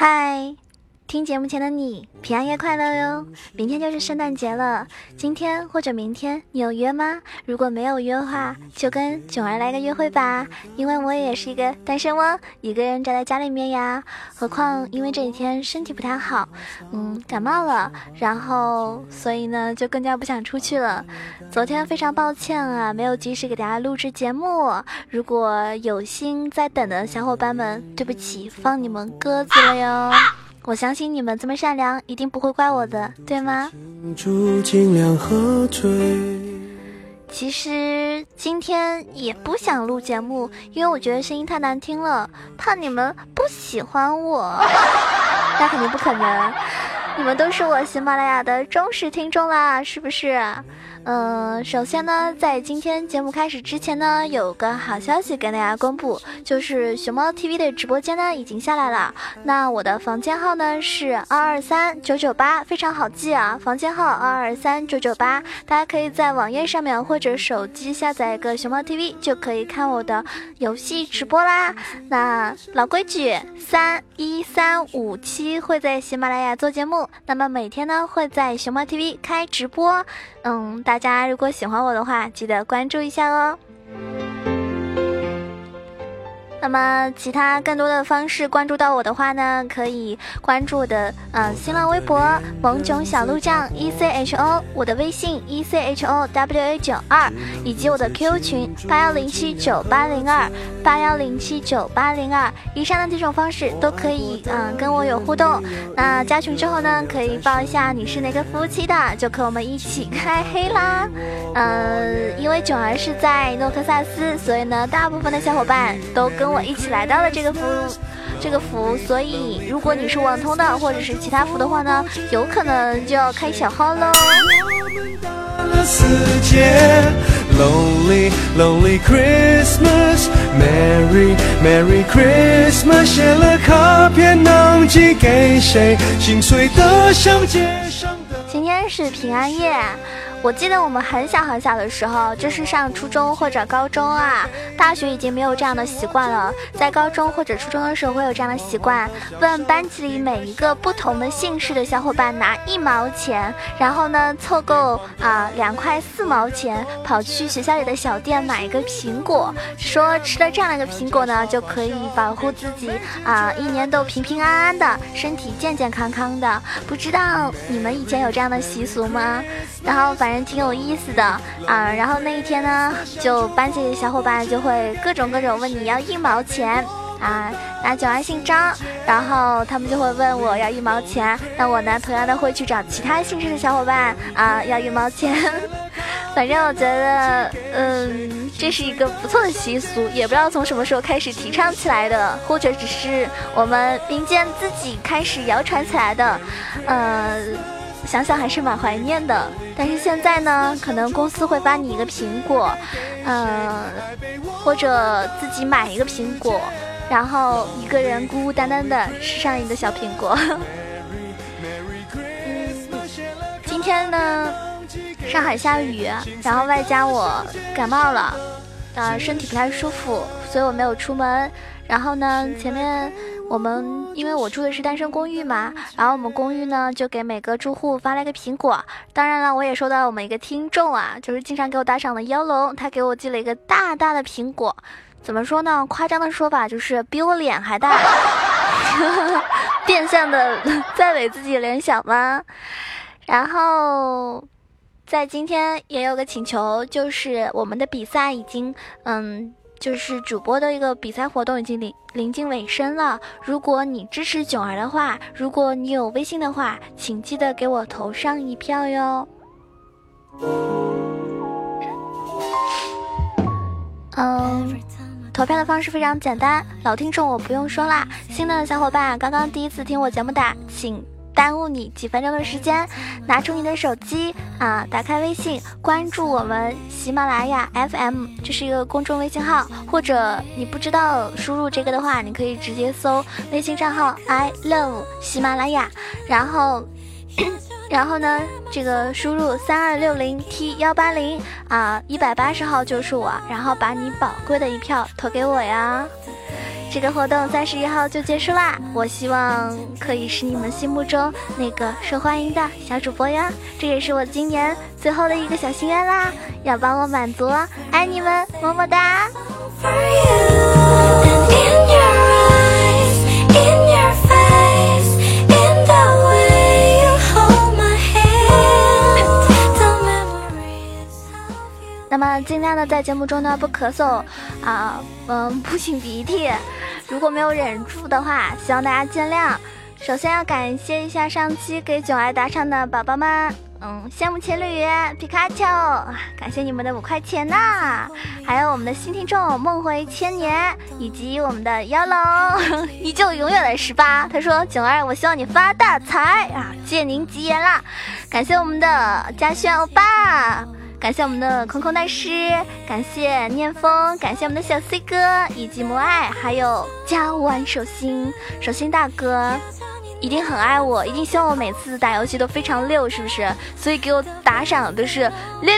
嗨，听节目前的你，平安夜快乐哟！明天就是圣诞节了，今天或者明天你有约吗？如果没有约的话，就跟囧儿来个约会吧，因为我也是一个单身汪，一个人宅在家里面呀。何况因为这几天身体不太好，感冒了，然后所以呢就更加不想出去了。昨天非常抱歉啊，没有及时给大家录制节目，如果有心在等的小伙伴们，对不起，放你们鸽子了哟。我相信你们这么善良，一定不会怪我的，对吗？尽量喝醉。其实今天也不想录节目，因为我觉得声音太难听了，怕你们不喜欢我。那肯定不可能，你们都是我喜马拉雅的忠实听众啦，是不是？首先呢，在今天节目开始之前呢，有个好消息跟大家公布，就是熊猫 TV 的直播间呢已经下来了。那我的房间号呢是223998，非常好记啊，房间号223998，大家可以在网页上面或者手机下载一个熊猫 TV， 就可以看我的游戏直播啦。那老规矩，31357会在喜马拉雅做节目，那么每天呢会在熊猫 TV 开直播。大家如果喜欢我的话，记得关注一下哦。那么其他更多的方式关注到我的话呢，可以关注我的新浪微博萌囧小鹿酱 ECHO， 我的微信 ECHOWA92， 以及我的 QQ 群81079802，81079802，以上的几种方式都可以跟我有互动。那加群之后呢，可以报一下你是哪个服务器的，就和我们一起开黑啦。因为囧儿是在诺克萨斯，所以呢大部分的小伙伴都跟我一起来到了这个服，所以如果你是网通的或者是其他服的话呢，有可能就要开小号喽。 Lonely, lonely Christmas, Merry, Merry Christmas， 写了卡片能寄给谁？心碎的像街上的。 今天是平安夜，我记得我们很小很小的时候，就是上初中或者高中啊，大学已经没有这样的习惯了。在高中或者初中的时候会有这样的习惯，问班级里每一个不同的姓氏的小伙伴拿1毛钱，然后呢凑够2块4毛钱，跑去学校里的小店买一个苹果，说吃了这样的一个苹果呢，就可以保护自己一年都平平安安的，身体健健康康的。不知道你们以前有这样的习俗吗？然后反正挺有意思的然后那一天呢，就班级里的小伙伴就会各种问你要1毛钱那囧儿姓张，然后他们就会问我要1毛钱，那我呢同样的会去找其他姓氏的小伙伴要1毛钱。反正我觉得这是一个不错的习俗，也不知道从什么时候开始提倡起来的，或者只是我们民间自己开始谣传起来的。想想还是蛮怀念的。但是现在呢，可能公司会发你一个苹果或者自己买一个苹果，然后一个人孤孤单单的吃上一个小苹果。今天呢上海下雨，然后外加我感冒了身体不太舒服，所以我没有出门。然后呢前面因为我住的是单身公寓嘛，然后我们公寓呢就给每个住户发了一个苹果。当然了，我也收到我们一个听众就是经常给我打赏的妖龙，他给我寄了一个大大的苹果。怎么说呢，夸张的说法就是比我脸还大。变相的在为自己脸小吗？然后在今天也有个请求，就是我们的比赛已经就是主播的一个比赛活动已经临近尾声了。如果你支持囧儿的话，如果你有微信的话，请记得给我投上1票哟。投票的方式非常简单，老听众我不用说啦，新的小伙伴刚刚第一次听我节目的，请耽误你几分钟的时间，拿出你的手机打开微信，关注我们喜马拉雅 FM， 这是一个公众微信号，或者你不知道输入这个的话，你可以直接搜微信账号 I love 喜马拉雅，然后呢这个输入3260T180 180号就是我，然后把你宝贵的1票投给我呀。 这个活动31号就结束啦，我希望可以是你们心目中那个受欢迎的小主播呀，这也是我今年最后的一个小心愿啦，要帮我满足，爱你们，么么哒。那么尽量的在节目中呢不咳嗽啊，不擤鼻涕，如果没有忍住的话，希望大家见谅。首先要感谢一下上期给囧儿打赏的宝宝们，羡慕情侣皮卡丘，感谢你们的5块钱呐！还有我们的新听众梦回千年，以及我们的妖龙依旧永远的18，他说囧儿我希望你发大财啊，借您吉言啦！感谢我们的嘉轩欧巴，感谢我们的空空大师，感谢念风，感谢我们的小 C 哥以及摩爱，还有加完手心大哥，一定很爱我，一定希望我每次打游戏都非常溜，是不是？所以给我打赏都是六，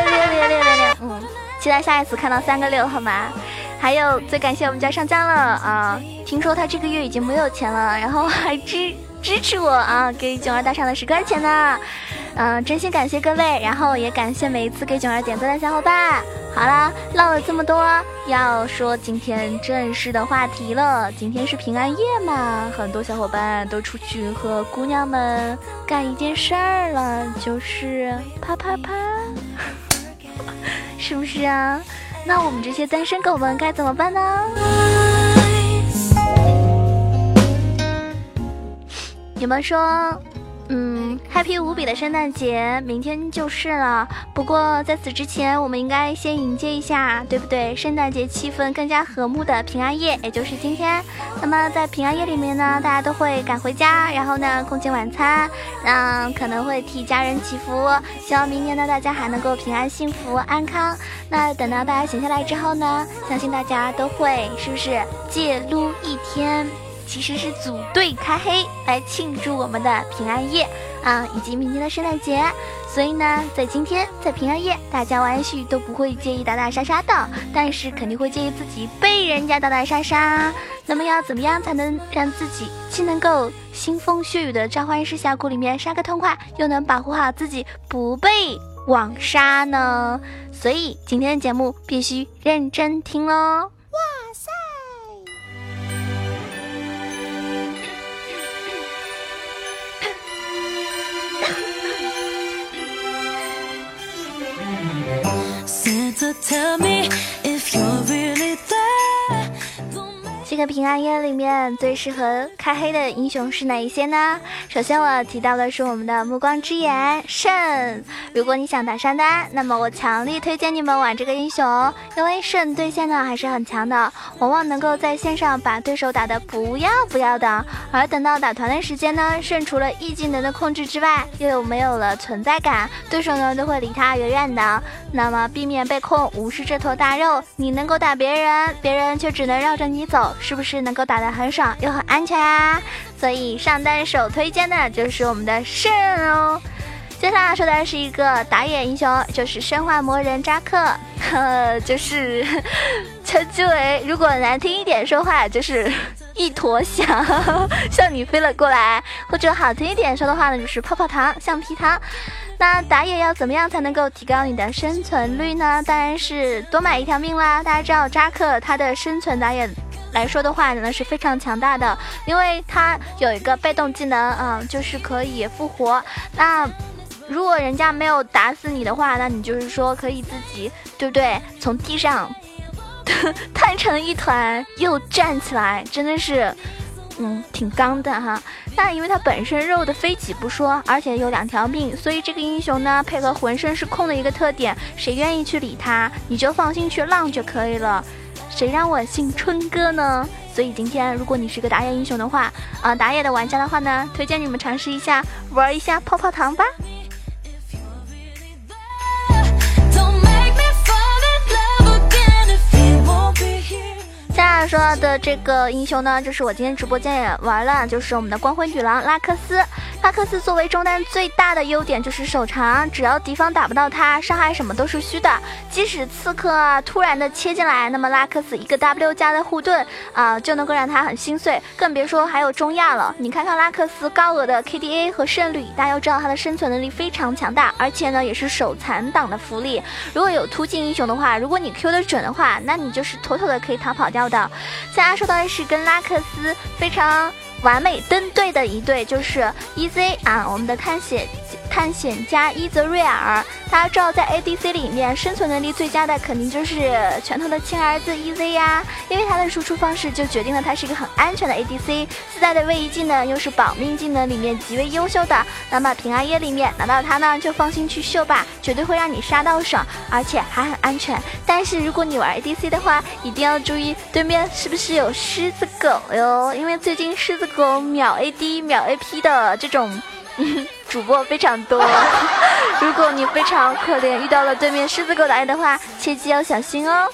期待下一次看到3个6好吗？还有最感谢我们家上将了啊，听说他这个月已经没有钱了，然后还支持我啊，给囧儿打赏了10块钱呢。真心感谢各位，然后也感谢每一次给囧儿点赞的小伙伴。好啦，唠了这么多，要说今天正式的话题了。今天是平安夜嘛，很多小伙伴都出去和姑娘们干一件事儿了，就是啪啪啪，是不是啊？那我们这些单身狗们该怎么办呢？你们说happy 无比的圣诞节，明天就是了。不过在此之前，我们应该先迎接一下，对不对？圣诞节气氛更加和睦的平安夜，也就是今天。那么在平安夜里面呢，大家都会赶回家，然后呢共进晚餐，可能会替家人祈福，希望明年呢大家还能够平安幸福安康。那等到大家闲下来之后呢，相信大家都会是不是戒撸一天，其实是组队开黑来庆祝我们的平安夜以及明天的圣诞节。所以呢，在今天，在平安夜，大家玩许都不会介意打打杀杀的，但是肯定会介意自己被人家打打杀杀。那么要怎么样才能让自己既能够腥风血雨的召唤师峡谷里面杀个痛快，又能保护好自己不被网杀呢？所以今天的节目必须认真听咯。哇塞！这个平安夜里面最适合开黑的英雄是哪一些呢？首先我提到的是我们的暮光之眼圣。如果你想打3单，那么我强力推荐你们玩这个英雄，因为圣对线呢还是很强的，往往能够在线上把对手打得不要的。而等到打团的时间呢，圣除了意技能的控制之外，又没有了存在感，对手呢都会离他远远的。那么避免被控无视这坨大肉，你能够打别人，别人却只能绕着你走，是不是能够打得很爽又很安全啊？所以上单手推荐的就是我们的圣哦。接下来说的是一个打野英雄，就是生化魔人扎克，就是称之为，如果难听一点说话，就是一坨翔向你飞了过来，或者好听一点说的话呢，就是泡泡糖橡皮糖。那打野要怎么样才能够提高你的生存率呢？当然是多买一条命啦。大家知道扎克他的生存打野来说的话呢是非常强大的，因为他有一个被动技能，就是可以复活。那如果人家没有打死你的话，那你就是说可以自己，对不对？从地上摊成一团又站起来，真的是挺刚的哈。那因为他本身肉的飞起不说，而且有2条命，所以这个英雄呢配合浑身是空的一个特点，谁愿意去理他，你就放心去浪就可以了，谁让我姓春哥呢？所以今天如果你是个打野英雄的话，打野的玩家的话呢，推荐你们尝试一下玩一下泡泡糖吧。接下来说的这个英雄呢，就是我今天直播间也玩了，就是我们的光辉女郎拉克斯。 拉克斯作为中单最大的优点就是手长，只要敌方打不到他，伤害什么都是虚的。即使刺客突然的切进来，那么拉克斯一个 W 加的护盾就能够让他很心碎，更别说还有中亚了。你看看拉克斯高额的 KDA 和胜率，大家要知道他的生存能力非常强大，而且呢也是手残党的福利。如果有突进英雄的话，如果你 Q 的准的话，那你就是妥妥的可以逃跑掉的。现在说到的是跟拉克斯非常完美登对的一对，就是 EZ 我们的探险家伊泽瑞尔。大家知道在 ADC 里面生存能力最佳的肯定就是拳头的亲儿子 EZ 呀，因为他的输出方式就决定了他是一个很安全的 ADC， 自带的位移技能又是保命技能里面极为优秀的，那么平安夜里面拿到它呢就放心去秀吧，绝对会让你杀到爽，而且还很安全。但是如果你玩 ADC 的话，一定要注意对面是不是有狮子狗哟，因为最近狮子狗秒 AD 秒 AP 的这种主播非常多，如果你非常可怜遇到了对面狮子狗打野的话，切记要小心哦。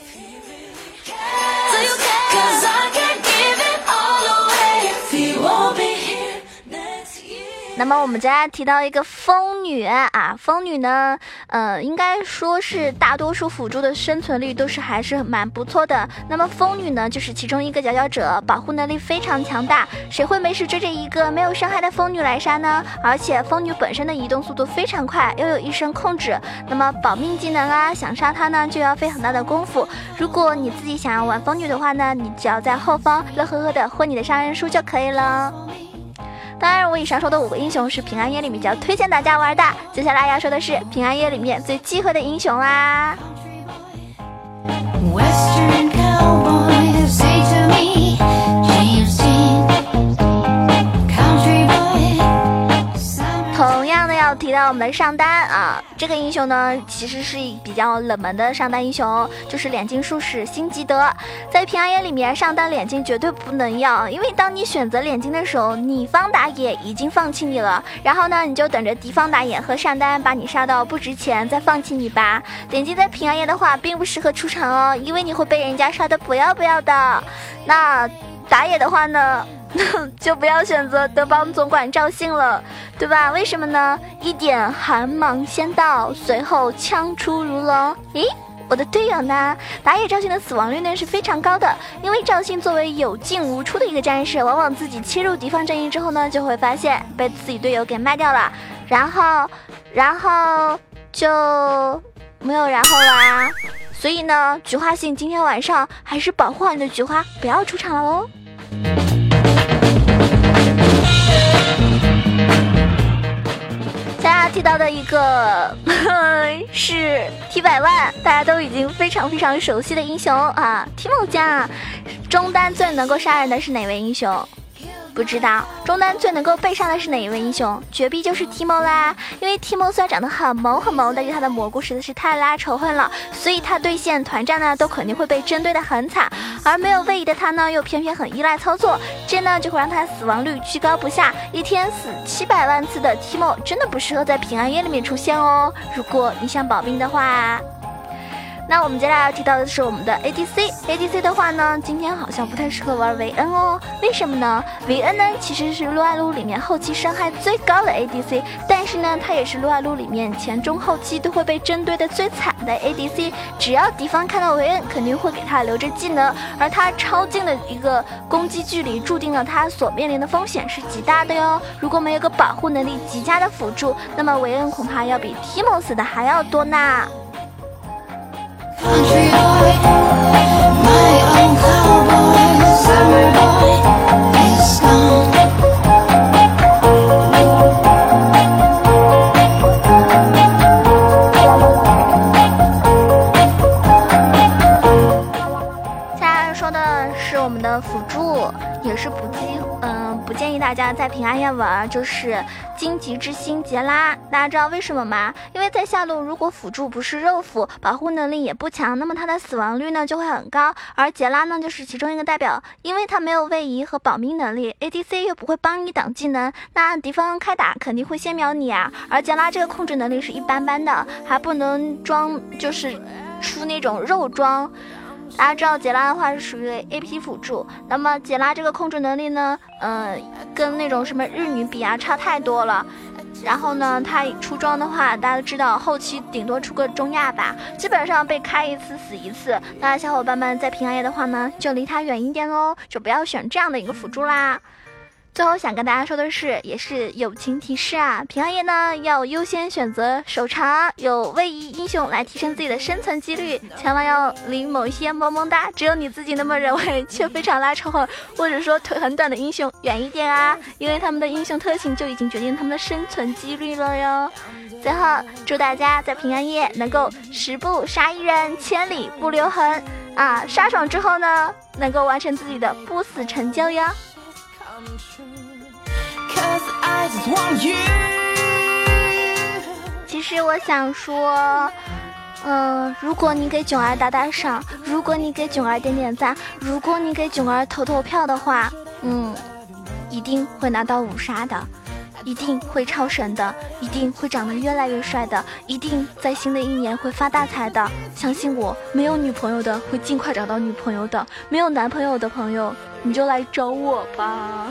那么我们接下来提到一个风女风女呢，应该说是大多数辅助的生存率都是还是蛮不错的。那么风女呢，就是其中一个佼佼者，保护能力非常强大，谁会没事追着一个没有伤害的风女来杀呢？而且风女本身的移动速度非常快，又有一身控制，那么保命技能想杀她呢就要费很大的功夫。如果你自己想要玩风女的话呢，你只要在后方乐呵呵的混你的杀人书就可以了。当然我以上说的5个英雄是平安夜里面比较推荐大家玩的，接下来要说的是平安夜里面最忌讳的英雄啦。Western cowboy, say to me, James Dean, country boy. 同样的要提到我们的上单这个英雄呢其实是比较冷门的上单英雄，就是脸镜术士辛吉德。在平安夜里面上单脸镜绝对不能要，因为当你选择脸镜的时候，你方打野已经放弃你了，然后呢你就等着敌方打野和上单把你杀到不值钱再放弃你吧。脸镜在平安夜的话并不适合出场哦，因为你会被人家杀的不要不要的。那打野的话呢就不要选择德邦总管赵信了，对吧？为什么呢？一点寒芒先到，随后枪出如龙。咦，我的队友呢？打野赵信的死亡率呢是非常高的，因为赵信作为有进无出的一个战士，往往自己切入敌方阵营之后呢，就会发现被自己队友给卖掉了，然后就没有然后啦。所以呢，菊花信今天晚上还是保护好你的菊花，不要出场了哦。大家提到的一个是 T100万，大家都已经非常非常熟悉的英雄Timo 家。中单最能够杀人的是哪位英雄？不知道。中单最能够被杀的是哪一位英雄？绝壁就是 Timo 啦。因为 Timo 虽然长得很萌很萌，但是他的蘑菇实在是太拉仇恨了，所以他对线团战呢都肯定会被针对的很惨。而没有位移的他呢又偏偏很依赖操作，这呢就会让他死亡率居高不下，一天死700万次的 Timo 真的不适合在平安夜里面出现哦，如果你想保命的话。那我们接下来要提到的是我们的 ADC 的话呢，今天好像不太适合玩维恩哦。为什么呢？维恩呢其实是撸啊撸里面后期伤害最高的 ADC， 但是呢他也是撸啊撸里面前中后期都会被针对的最惨的 ADC。只要敌方看到维恩，肯定会给他留着技能，而他超近的一个攻击距离注定了他所面临的风险是极大的哟。如果没有个保护能力极佳的辅助，那么维恩恐怕要比 Timo 死的还要多呢。Country boy, my own cowboy, summer boy is gone. 下来说的是我们的辅助，也是不建议大家在平安夜玩，就是荆棘之心杰拉。大家知道为什么吗？因为在下路如果辅助不是肉辅，保护能力也不强，那么他的死亡率呢就会很高，而杰拉呢就是其中一个代表。因为他没有位移和保命能力， ADC 又不会帮你挡技能，那敌方开打肯定会先秒你啊。而杰拉这个控制能力是一般般的，还不能装，就是出那种肉装， 大家知道杰拉的话是属于 AP 辅助，那么杰拉这个控制能力呢，跟那种什么日女比啊差太多了。然后呢，他出装的话，大家都知道后期顶多出个中亚吧，基本上被开一次死一次。那小伙伴们在平安夜的话呢，就离他远一点哦，就不要选这样的一个辅助啦。最后想跟大家说的是，也是友情提示啊，平安夜呢要优先选择手长有位移英雄来提升自己的生存几率，千万要离某些萌萌哒只有你自己那么认为却非常拉仇恨或者说腿很短的英雄远一点啊，因为他们的英雄特性就已经决定他们的生存几率了哟。最后祝大家在平安夜能够10步杀1人千里不留痕啊，杀爽之后呢能够完成自己的不死成就哟。其实我想说，如果你给囧儿打打赏，如果你给囧儿点点赞，如果你给囧儿投投票的话，一定会拿到5杀的，一定会超神的，一定会长得越来越帅的，一定在新的一年会发大财的。相信我，没有女朋友的会尽快找到女朋友的，没有男朋友的朋友你就来找我吧。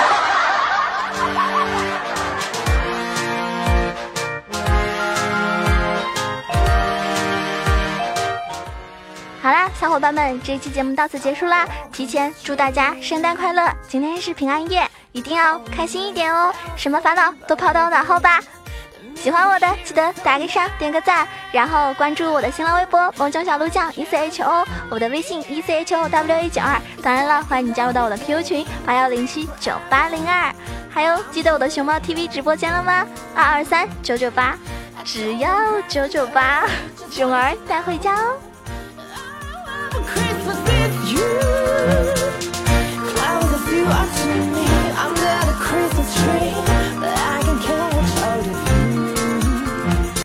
好啦，小伙伴们，这一期节目到此结束啦！提前祝大家圣诞快乐！今天是平安夜，一定要开心一点哦，什么烦恼都抛到脑后吧。喜欢我的记得打个赏，点个赞，然后关注我的新浪微博萌囧小鹿酱 ECHO， 我的微信 ECHOWA92。当然了，欢迎你加入到我的 QQ 群81079802，还有记得我的熊猫 TV 直播间了吗？223998，只要998，囧儿带回家哦。Christmas with you